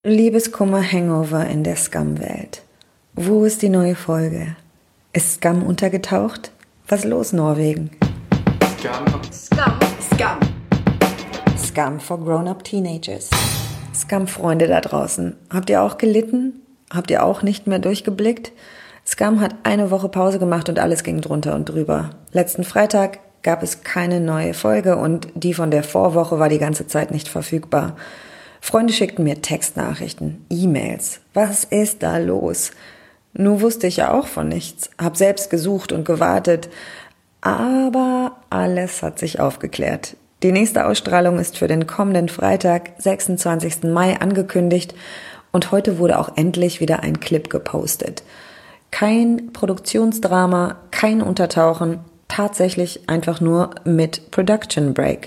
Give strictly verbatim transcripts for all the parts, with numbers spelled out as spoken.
Liebeskummer-Hangover in der Scum-Welt. Wo ist die neue Folge? Ist Scum untergetaucht? Was los, Norwegen? Scum. Scum. Scum. Scum for grown-up teenagers. Scum-Freunde da draußen. Habt ihr auch gelitten? Habt ihr auch nicht mehr durchgeblickt? Scum hat eine Woche Pause gemacht und alles ging drunter und drüber. Letzten Freitag gab es keine neue Folge und die von der Vorwoche war die ganze Zeit nicht verfügbar. Freunde schickten mir Textnachrichten, E-Mails. Was ist da los? Nun wusste ich ja auch von nichts, hab selbst gesucht und gewartet, aber alles hat sich aufgeklärt. Die nächste Ausstrahlung ist für den kommenden Freitag, sechsundzwanzigsten Mai, angekündigt und heute wurde auch endlich wieder ein Clip gepostet. Kein Produktionsdrama, kein Untertauchen, tatsächlich einfach nur mit Production Break.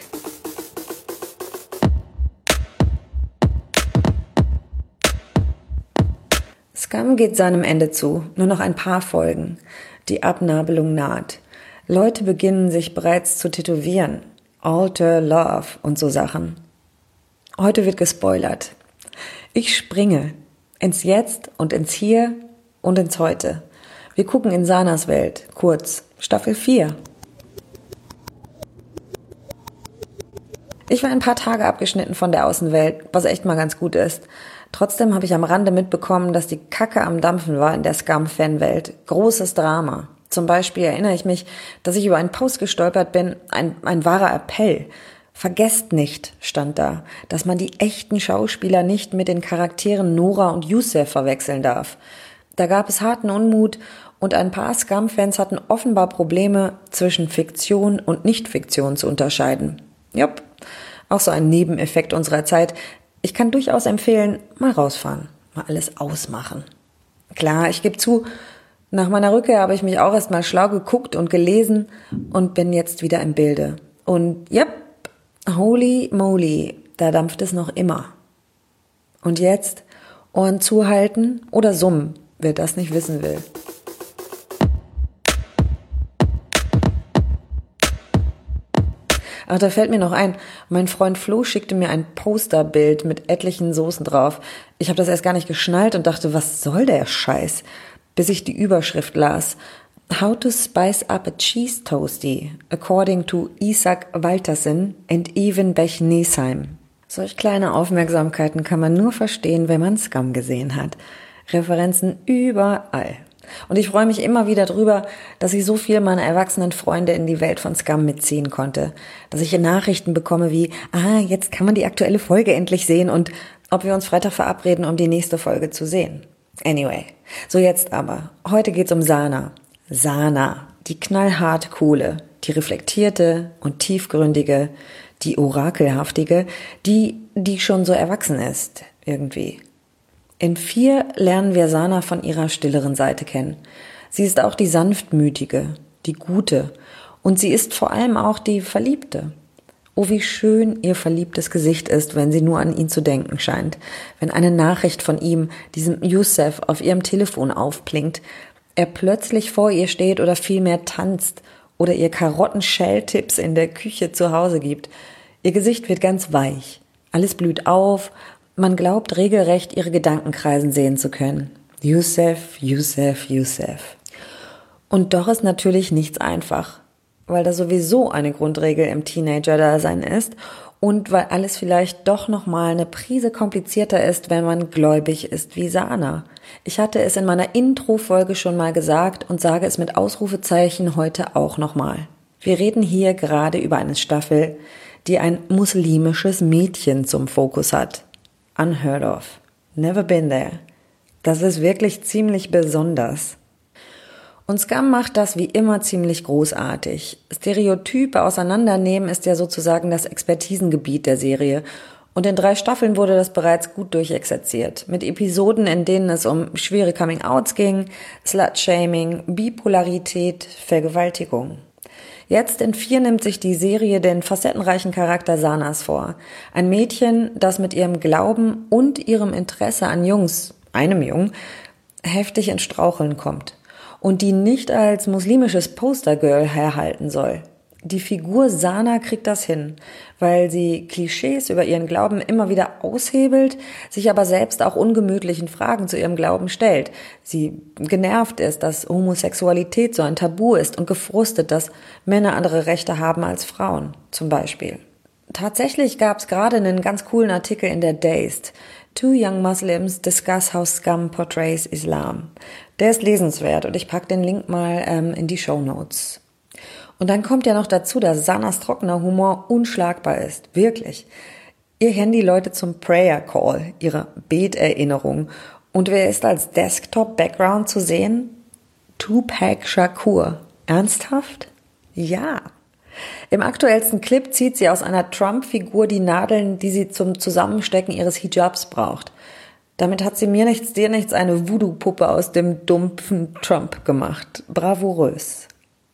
Scum geht seinem Ende zu, nur noch ein paar Folgen. Die Abnabelung naht. Leute beginnen sich bereits zu tätowieren. Alter Love und so Sachen. Heute wird gespoilert. Ich springe ins Jetzt und ins Hier und ins Heute. Wir gucken in Sanas Welt, kurz, Staffel vier. Ich war ein paar Tage abgeschnitten von der Außenwelt, was echt mal ganz gut ist. Trotzdem habe ich am Rande mitbekommen, dass die Kacke am Dampfen war in der Scum-Fanwelt. Großes Drama. Zum Beispiel erinnere ich mich, dass ich über einen Post gestolpert bin, ein, ein wahrer Appell. Vergesst nicht, stand da, dass man die echten Schauspieler nicht mit den Charakteren Nora und Youssef verwechseln darf. Da gab es harten Unmut und ein paar Scum-Fans hatten offenbar Probleme, zwischen Fiktion und Nicht-Fiktion zu unterscheiden. Jupp, auch so ein Nebeneffekt unserer Zeit. Ich kann durchaus empfehlen, mal rausfahren, mal alles ausmachen. Klar, ich gebe zu, nach meiner Rückkehr habe ich mich auch erst mal schlau geguckt und gelesen und bin jetzt wieder im Bilde. Und yep, holy moly, da dampft es noch immer. Und jetzt Ohren zuhalten oder summen, wer das nicht wissen will. Ach, da fällt mir noch ein, mein Freund Flo schickte mir ein Posterbild mit etlichen Soßen drauf. Ich habe das erst gar nicht geschnallt und dachte, was soll der Scheiß? Bis ich die Überschrift las. How to spice up a cheese toasty, according to Isak Waltersen and Even Bech-Nesheim. Solch kleine Aufmerksamkeiten kann man nur verstehen, wenn man Scum gesehen hat. Referenzen überall. Und ich freue mich immer wieder drüber, dass ich so viel meiner erwachsenen Freunde in die Welt von Scum mitziehen konnte. Dass ich Nachrichten bekomme wie, ah, jetzt kann man die aktuelle Folge endlich sehen und ob wir uns Freitag verabreden, um die nächste Folge zu sehen. Anyway, so jetzt aber. Heute geht's um Sana. Sana, die knallhart coole, die reflektierte und tiefgründige, die orakelhaftige, die, die schon so erwachsen ist, irgendwie. In vier lernen wir Sana von ihrer stilleren Seite kennen. Sie ist auch die sanftmütige, die gute und sie ist vor allem auch die Verliebte. Oh, wie schön ihr verliebtes Gesicht ist, wenn sie nur an ihn zu denken scheint. Wenn eine Nachricht von ihm, diesem Youssef, auf ihrem Telefon aufblinkt, er plötzlich vor ihr steht oder vielmehr tanzt oder ihr Karotten-Shell-Tipps in der Küche zu Hause gibt. Ihr Gesicht wird ganz weich. Alles blüht auf. Man glaubt regelrecht, ihre Gedanken kreisen sehen zu können. Youssef, Youssef, Youssef. Und doch ist natürlich nichts einfach, weil da sowieso eine Grundregel im Teenager-Dasein ist und weil alles vielleicht doch nochmal eine Prise komplizierter ist, wenn man gläubig ist wie Sana. Ich hatte es in meiner Intro-Folge schon mal gesagt und sage es mit Ausrufezeichen heute auch nochmal. Wir reden hier gerade über eine Staffel, die ein muslimisches Mädchen zum Fokus hat. Unheard of. Never been there. Das ist wirklich ziemlich besonders. Und Scum macht das wie immer ziemlich großartig. Stereotype auseinandernehmen ist ja sozusagen das Expertisengebiet der Serie. Und in drei Staffeln wurde das bereits gut durchexerziert. Mit Episoden, in denen es um schwere Coming-Outs ging, Slut-Shaming, Bipolarität, Vergewaltigung. Jetzt in vier nimmt sich die Serie den facettenreichen Charakter Sanas vor. Ein Mädchen, das mit ihrem Glauben und ihrem Interesse an Jungs, einem Jungen, heftig ins Straucheln kommt. Und die nicht als muslimisches Postergirl herhalten soll. Die Figur Sana kriegt das hin, weil sie Klischees über ihren Glauben immer wieder aushebelt, sich aber selbst auch ungemütlichen Fragen zu ihrem Glauben stellt. Sie genervt ist, dass Homosexualität so ein Tabu ist und gefrustet, dass Männer andere Rechte haben als Frauen, zum Beispiel. Tatsächlich gab es gerade einen ganz coolen Artikel in der Dazed. Two Young Muslims Discuss How Scum Portrays Islam. Der ist lesenswert und ich packe den Link mal ähm, in die Shownotes. Und dann kommt ja noch dazu, dass Sanas trockener Humor unschlagbar ist. Wirklich. Ihr Handy läutet zum Prayer Call, ihrer Beterinnerung. Und wer ist als Desktop-Background zu sehen? Tupac Shakur. Ernsthaft? Ja. Im aktuellsten Clip zieht sie aus einer Trump-Figur die Nadeln, die sie zum Zusammenstecken ihres Hijabs braucht. Damit hat sie mir nichts, dir nichts eine Voodoo-Puppe aus dem dumpfen Trump gemacht. Bravourös.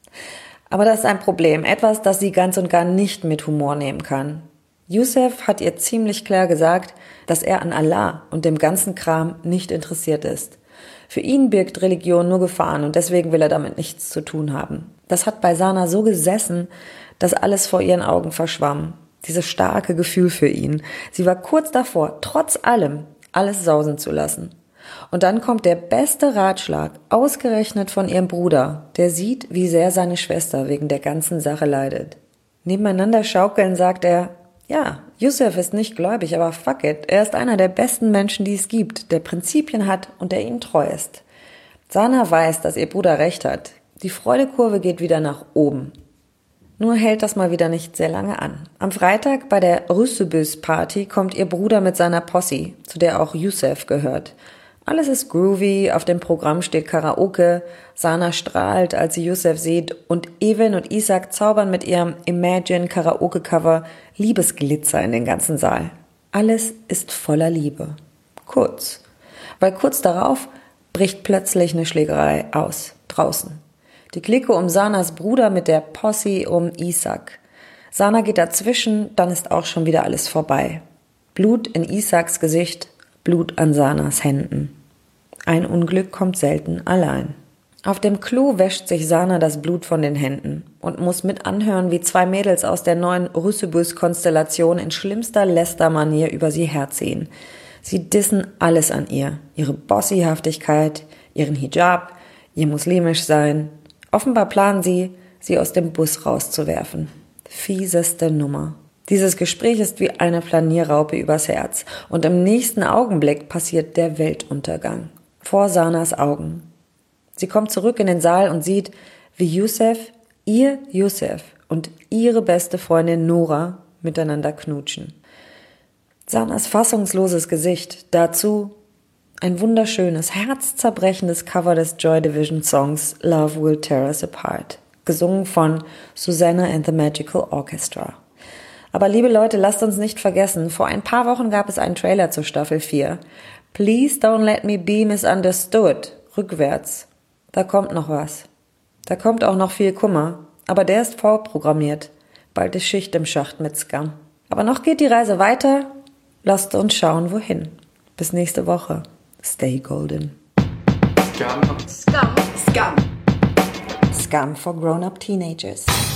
Aber das ist ein Problem, etwas, das sie ganz und gar nicht mit Humor nehmen kann. Yusef hat ihr ziemlich klar gesagt, dass er an Allah und dem ganzen Kram nicht interessiert ist. Für ihn birgt Religion nur Gefahren und deswegen will er damit nichts zu tun haben. Das hat bei Sana so gesessen, dass alles vor ihren Augen verschwamm. Dieses starke Gefühl für ihn. Sie war kurz davor, trotz allem, alles sausen zu lassen. Und dann kommt der beste Ratschlag, ausgerechnet von ihrem Bruder, der sieht, wie sehr seine Schwester wegen der ganzen Sache leidet. Nebeneinander schaukeln sagt er, ja, Yusef ist nicht gläubig, aber fuck it, er ist einer der besten Menschen, die es gibt, der Prinzipien hat und der ihnen treu ist. Sana weiß, dass ihr Bruder recht hat. Die Freudekurve geht wieder nach oben. Nur hält das mal wieder nicht sehr lange an. Am Freitag bei der Rüssebüs-Party kommt ihr Bruder mit seiner Posse, zu der auch Yusef gehört. Alles ist groovy, auf dem Programm steht Karaoke, Sana strahlt, als sie Yusef sieht und Evan und Isaac zaubern mit ihrem Imagine-Karaoke-Cover Liebesglitzer in den ganzen Saal. Alles ist voller Liebe. Kurz. Weil kurz darauf bricht plötzlich eine Schlägerei aus, draußen. Die Clique um Sanas Bruder mit der Posse um Isaac. Sana geht dazwischen, dann ist auch schon wieder alles vorbei. Blut in Isaacs Gesicht, Blut an Sanas Händen. Ein Unglück kommt selten allein. Auf dem Klo wäscht sich Sana das Blut von den Händen und muss mit anhören, wie zwei Mädels aus der neuen Rüssebüs-Konstellation in schlimmster Lästermanier über sie herziehen. Sie dissen alles an ihr. Ihre Bossihaftigkeit, ihren Hijab, ihr muslimisch Sein. Offenbar planen sie, sie aus dem Bus rauszuwerfen. Fieseste Nummer. Dieses Gespräch ist wie eine Planierraupe übers Herz. Und im nächsten Augenblick passiert der Weltuntergang. Vor Sanas Augen. Sie kommt zurück in den Saal und sieht, wie Yusef, ihr Yusef und ihre beste Freundin Nora miteinander knutschen. Sanas fassungsloses Gesicht, dazu ein wunderschönes, herzzerbrechendes Cover des Joy Division Songs Love Will Tear Us Apart, gesungen von Susanna and the Magical Orchestra. Aber liebe Leute, lasst uns nicht vergessen, vor ein paar Wochen gab es einen Trailer zur Staffel vier. Please don't let me be misunderstood. Rückwärts. Da kommt noch was. Da kommt auch noch viel Kummer. Aber der ist vorprogrammiert. Bald ist Schicht im Schacht mit Scum. Aber noch geht die Reise weiter. Lasst uns schauen, wohin. Bis nächste Woche. Stay golden. Scum. Scum. Scum. Scum for grown-up teenagers.